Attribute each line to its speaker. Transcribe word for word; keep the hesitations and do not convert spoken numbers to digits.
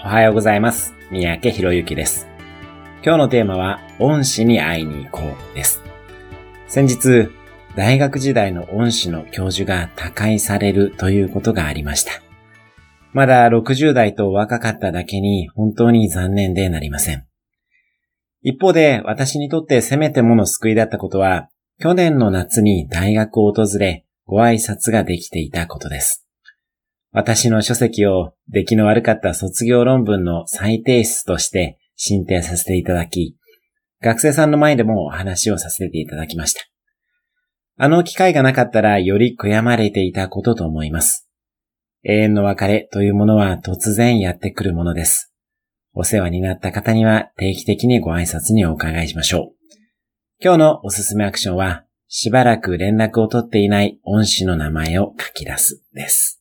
Speaker 1: おはようございます。三宅博之です。今日のテーマは、恩師に会いに行こうです。先日、大学時代の恩師の教授が他界されるということがありました。まだろくじゅう代と若かっただけに本当に残念でなりません。一方で、私にとってせめてもの救いだったことは、去年の夏に大学を訪れ、ご挨拶ができていたことです。私の書籍を出来の悪かった卒業論文の再提出として進呈させていただき、学生さんの前でもお話をさせていただきました。あの機会がなかったらより悔やまれていたことと思います。永遠の別れというものは突然やってくるものです。お世話になった方には定期的にご挨拶にお伺いしましょう。今日のおすすめアクションは、しばらく連絡を取っていない恩師の名前を書き出すです。